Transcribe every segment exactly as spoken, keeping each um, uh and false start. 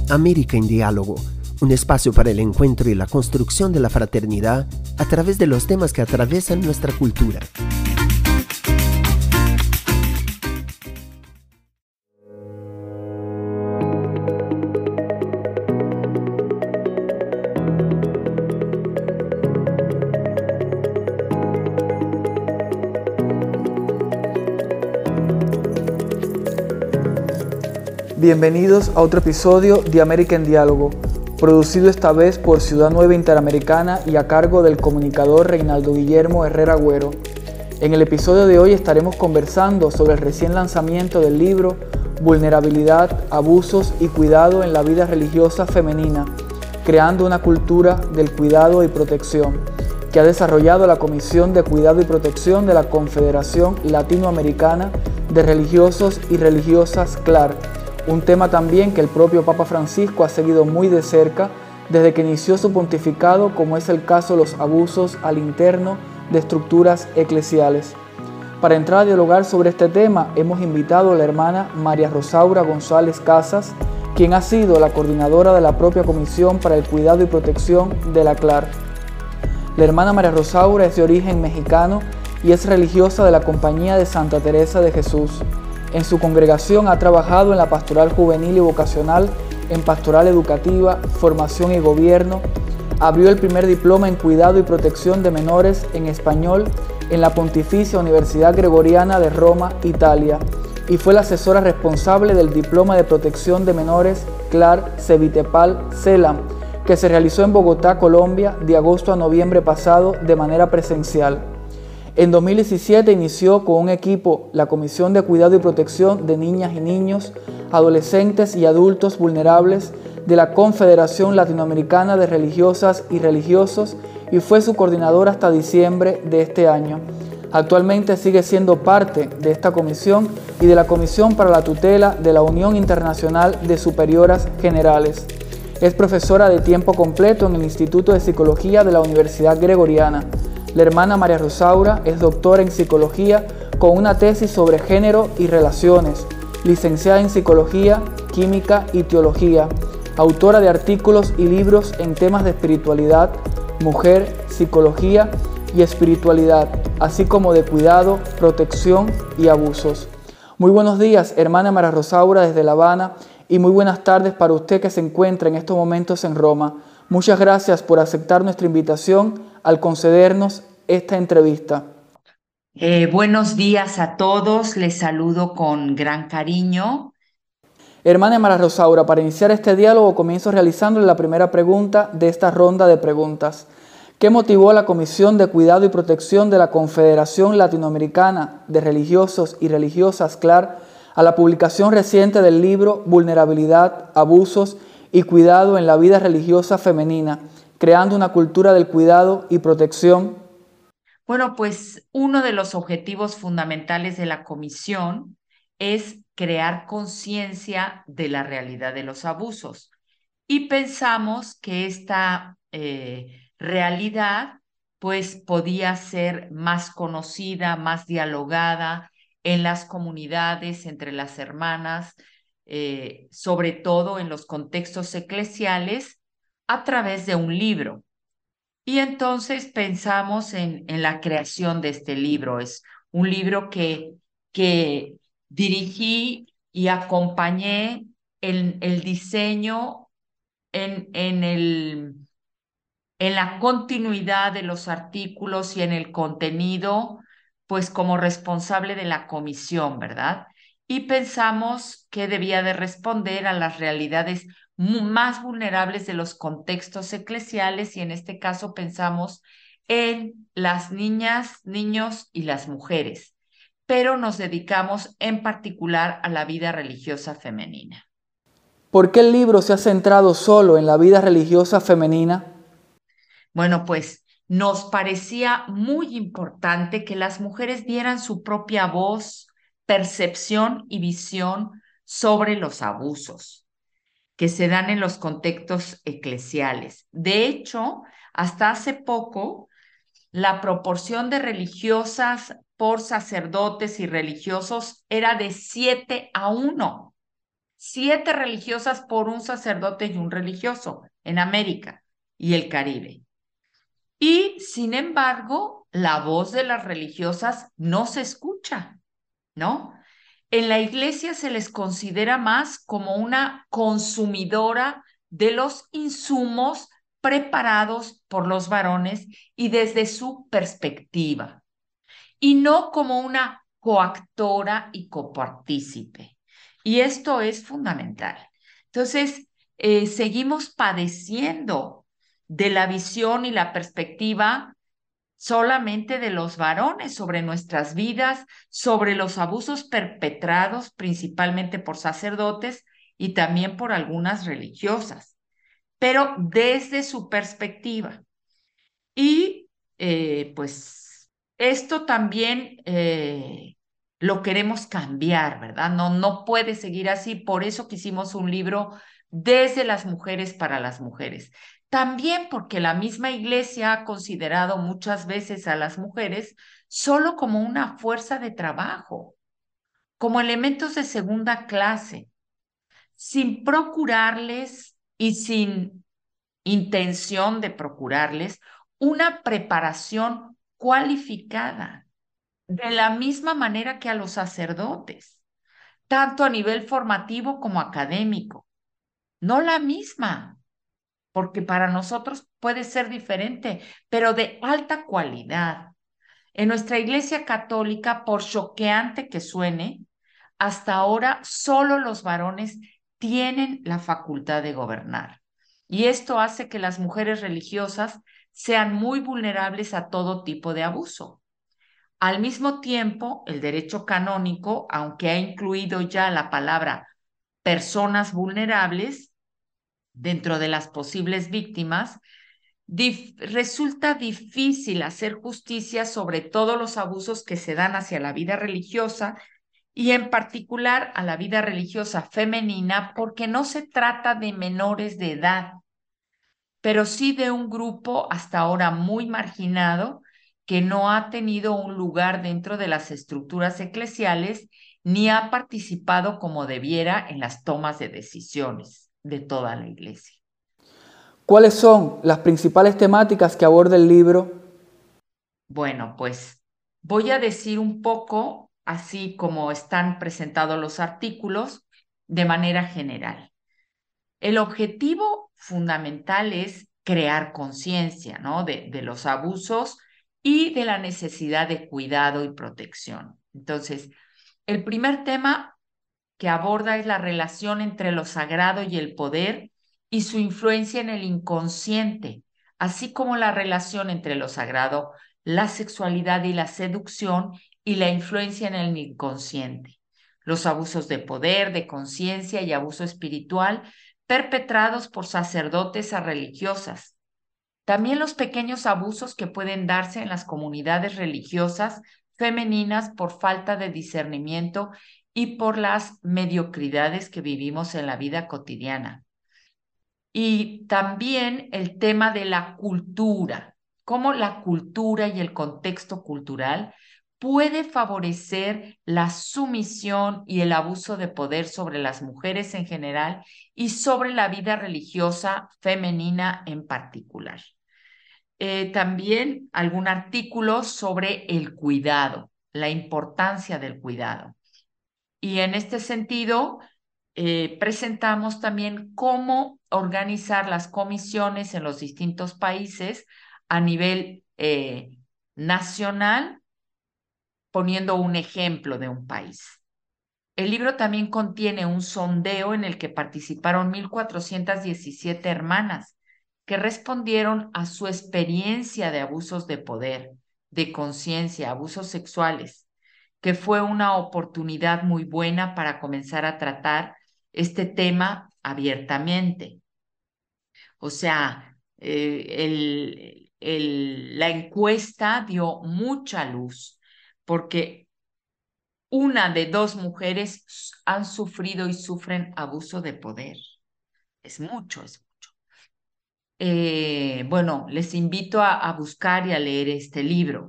América en Diálogo, un espacio para el encuentro y la construcción de la fraternidad a través de los temas que atraviesan nuestra cultura. Bienvenidos a otro episodio de América en Diálogo, producido esta vez por Ciudad Nueva Interamericana y a cargo del comunicador Reinaldo Guillermo Herrera Agüero. En el episodio de hoy estaremos conversando sobre el recién lanzamiento del libro Vulnerabilidad, Abusos y Cuidado en la Vida Religiosa Femenina, creando una cultura del cuidado y protección, que ha desarrollado la Comisión de Cuidado y Protección de la Confederación Latinoamericana de Religiosos y Religiosas C L A R, un tema también que el propio Papa Francisco ha seguido muy de cerca desde que inició su pontificado, como es el caso de los abusos al interno de estructuras eclesiales. Para entrar a dialogar sobre este tema, hemos invitado a la hermana María Rosaura González Casas, quien ha sido la coordinadora de la propia Comisión para el Cuidado y Protección de la C L A R. La hermana María Rosaura es de origen mexicano y es religiosa de la Compañía de Santa Teresa de Jesús. En su congregación ha trabajado en la pastoral juvenil y vocacional, en pastoral educativa, formación y gobierno. Abrió el primer diploma en cuidado y protección de menores en español en la Pontificia Universidad Gregoriana de Roma, Italia, y fue la asesora responsable del diploma de protección de menores C L A R Cevitepal CELAM, que se realizó en Bogotá, Colombia, de agosto a noviembre pasado de manera presencial. En dos mil diecisiete inició con un equipo la Comisión de Cuidado y Protección de Niñas y Niños, Adolescentes y Adultos Vulnerables de la Confederación Latinoamericana de Religiosas y Religiosos y fue su coordinadora hasta diciembre de este año. Actualmente sigue siendo parte de esta comisión y de la Comisión para la Tutela de la Unión Internacional de Superioras Generales. Es profesora de tiempo completo en el Instituto de Psicología de la Universidad Gregoriana. La hermana María Rosaura es doctora en psicología con una tesis sobre género y relaciones, licenciada en psicología, química y teología, autora de artículos y libros en temas de espiritualidad, mujer, psicología y espiritualidad, así como de cuidado, protección y abusos. Muy buenos días, hermana María Rosaura desde La Habana, y muy buenas tardes para usted que se encuentra en estos momentos en Roma. Muchas gracias por aceptar nuestra invitación al concedernos esta entrevista. Eh, buenos días a todos, les saludo con gran cariño. Hermana María Rosaura, para iniciar este diálogo comienzo realizándole la primera pregunta de esta ronda de preguntas. ¿Qué motivó a la Comisión de Cuidado y Protección de la Confederación Latinoamericana de Religiosos y Religiosas C L A R a la publicación reciente del libro Vulnerabilidad, Abusos y Cuidado en la Vida Religiosa Femenina, creando una cultura del cuidado y protección? Bueno, pues uno de los objetivos fundamentales de la comisión es crear conciencia de la realidad de los abusos. Y pensamos que esta eh, realidad pues podía ser más conocida, más dialogada en las comunidades, entre las hermanas, eh, sobre todo en los contextos eclesiales, a través de un libro. Y entonces pensamos en, en la creación de este libro. Es un libro que, que dirigí y acompañé en el diseño, en, en, el, en la continuidad de los artículos y en el contenido, pues como responsable de la comisión, ¿verdad? Y pensamos que debía de responder a las realidades más vulnerables de los contextos eclesiales y en este caso pensamos en las niñas, niños y las mujeres, pero nos dedicamos en particular a la vida religiosa femenina. ¿Por qué el libro se ha centrado solo en la vida religiosa femenina? Bueno, pues nos parecía muy importante que las mujeres dieran su propia voz, percepción y visión sobre los abusos que se dan en los contextos eclesiales. De hecho, hasta hace poco, la proporción de religiosas por sacerdotes y religiosos era de siete a uno. siete religiosas por un sacerdote y un religioso en América y el Caribe. Y, sin embargo, la voz de las religiosas no se escucha, ¿no? En la iglesia se les considera más como una consumidora de los insumos preparados por los varones y desde su perspectiva, y no como una coactora y copartícipe. Y esto es fundamental. Entonces, eh, seguimos padeciendo de la visión y la perspectiva solamente de los varones sobre nuestras vidas, sobre los abusos perpetrados principalmente por sacerdotes y también por algunas religiosas, pero desde su perspectiva. Y eh, pues esto también eh, lo queremos cambiar, ¿verdad? No, no puede seguir así, por eso quisimos un libro desde las mujeres para las mujeres. También porque la misma iglesia ha considerado muchas veces a las mujeres solo como una fuerza de trabajo, como elementos de segunda clase, sin procurarles y sin intención de procurarles una preparación cualificada, de la misma manera que a los sacerdotes, tanto a nivel formativo como académico. No la misma, porque para nosotros puede ser diferente, pero de alta cualidad. En nuestra Iglesia Católica, por choqueante que suene, hasta ahora solo los varones tienen la facultad de gobernar. Y esto hace que las mujeres religiosas sean muy vulnerables a todo tipo de abuso. Al mismo tiempo, el derecho canónico, aunque ha incluido ya la palabra personas vulnerables dentro de las posibles víctimas, dif- resulta difícil hacer justicia sobre todos los abusos que se dan hacia la vida religiosa y en particular a la vida religiosa femenina, porque no se trata de menores de edad, pero sí de un grupo hasta ahora muy marginado que no ha tenido un lugar dentro de las estructuras eclesiales ni ha participado como debiera en las tomas de decisiones de toda la iglesia. ¿Cuáles son las principales temáticas que aborda el libro? Bueno, pues voy a decir un poco, así como están presentados los artículos, de manera general. El objetivo fundamental es crear conciencia, ¿no? De, de los abusos y de la necesidad de cuidado y protección. Entonces, el primer tema que aborda es la relación entre lo sagrado y el poder y su influencia en el inconsciente, así como la relación entre lo sagrado, la sexualidad y la seducción y la influencia en el inconsciente, los abusos de poder, de conciencia y abuso espiritual perpetrados por sacerdotes a religiosas. También los pequeños abusos que pueden darse en las comunidades religiosas femeninas por falta de discernimiento y por las mediocridades que vivimos en la vida cotidiana. Y también el tema de la cultura, cómo la cultura y el contexto cultural puede favorecer la sumisión y el abuso de poder sobre las mujeres en general y sobre la vida religiosa femenina en particular. Eh, también algún artículo sobre el cuidado, la importancia del cuidado. Y en este sentido, eh, presentamos también cómo organizar las comisiones en los distintos países a nivel eh, nacional, poniendo un ejemplo de un país. El libro también contiene un sondeo en el que participaron mil cuatrocientas diecisiete hermanas que respondieron a su experiencia de abusos de poder, de conciencia, abusos sexuales, que fue una oportunidad muy buena para comenzar a tratar este tema abiertamente. O sea, eh, el, el, la encuesta dio mucha luz porque una de dos mujeres han sufrido y sufren abuso de poder. Es mucho, es mucho. Eh, bueno, les invito a, a buscar y a leer este libro.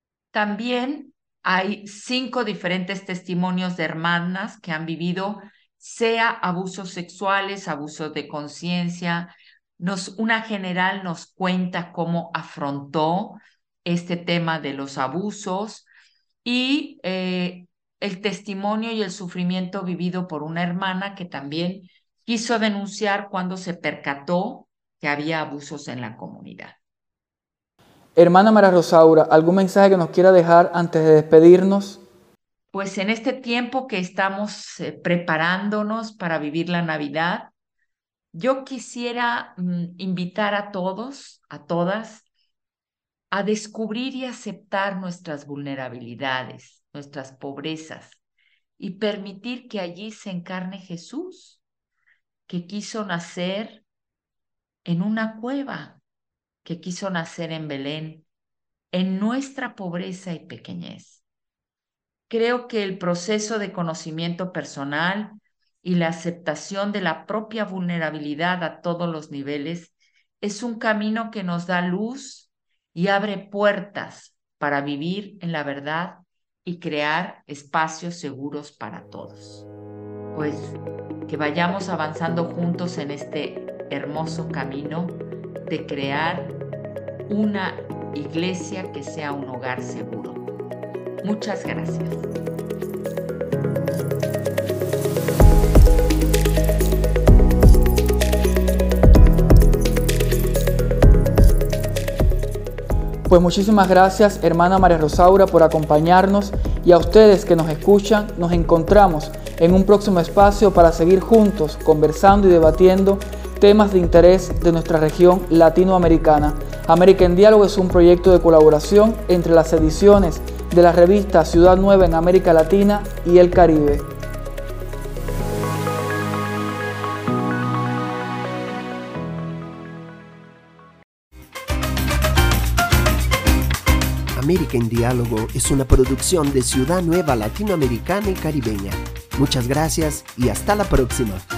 También hay cinco diferentes testimonios de hermanas que han vivido sea abusos sexuales, abusos de conciencia. Nos, una general nos cuenta cómo afrontó este tema de los abusos y eh, el testimonio y el sufrimiento vivido por una hermana que también quiso denunciar cuando se percató que había abusos en la comunidad. Hermana María Rosaura, ¿algún mensaje que nos quiera dejar antes de despedirnos? Pues en este tiempo que estamos eh, preparándonos para vivir la Navidad, yo quisiera mm, invitar a todos, a todas, a descubrir y aceptar nuestras vulnerabilidades, nuestras pobrezas, y permitir que allí se encarne Jesús, que quiso nacer en una cueva, que quiso nacer en Belén, en nuestra pobreza y pequeñez. Creo que el proceso de conocimiento personal y la aceptación de la propia vulnerabilidad a todos los niveles es un camino que nos da luz y abre puertas para vivir en la verdad y crear espacios seguros para todos. Pues que vayamos avanzando juntos en este hermoso camino de crear una iglesia que sea un hogar seguro. Muchas gracias. Pues muchísimas gracias, hermana María Rosaura, por acompañarnos, y a ustedes que nos escuchan, nos encontramos en un próximo espacio para seguir juntos conversando y debatiendo temas de interés de nuestra región latinoamericana. América en Diálogo es un proyecto de colaboración entre las ediciones de la revista Ciudad Nueva en América Latina y el Caribe. América en Diálogo es una producción de Ciudad Nueva Latinoamericana y Caribeña. Muchas gracias y hasta la próxima.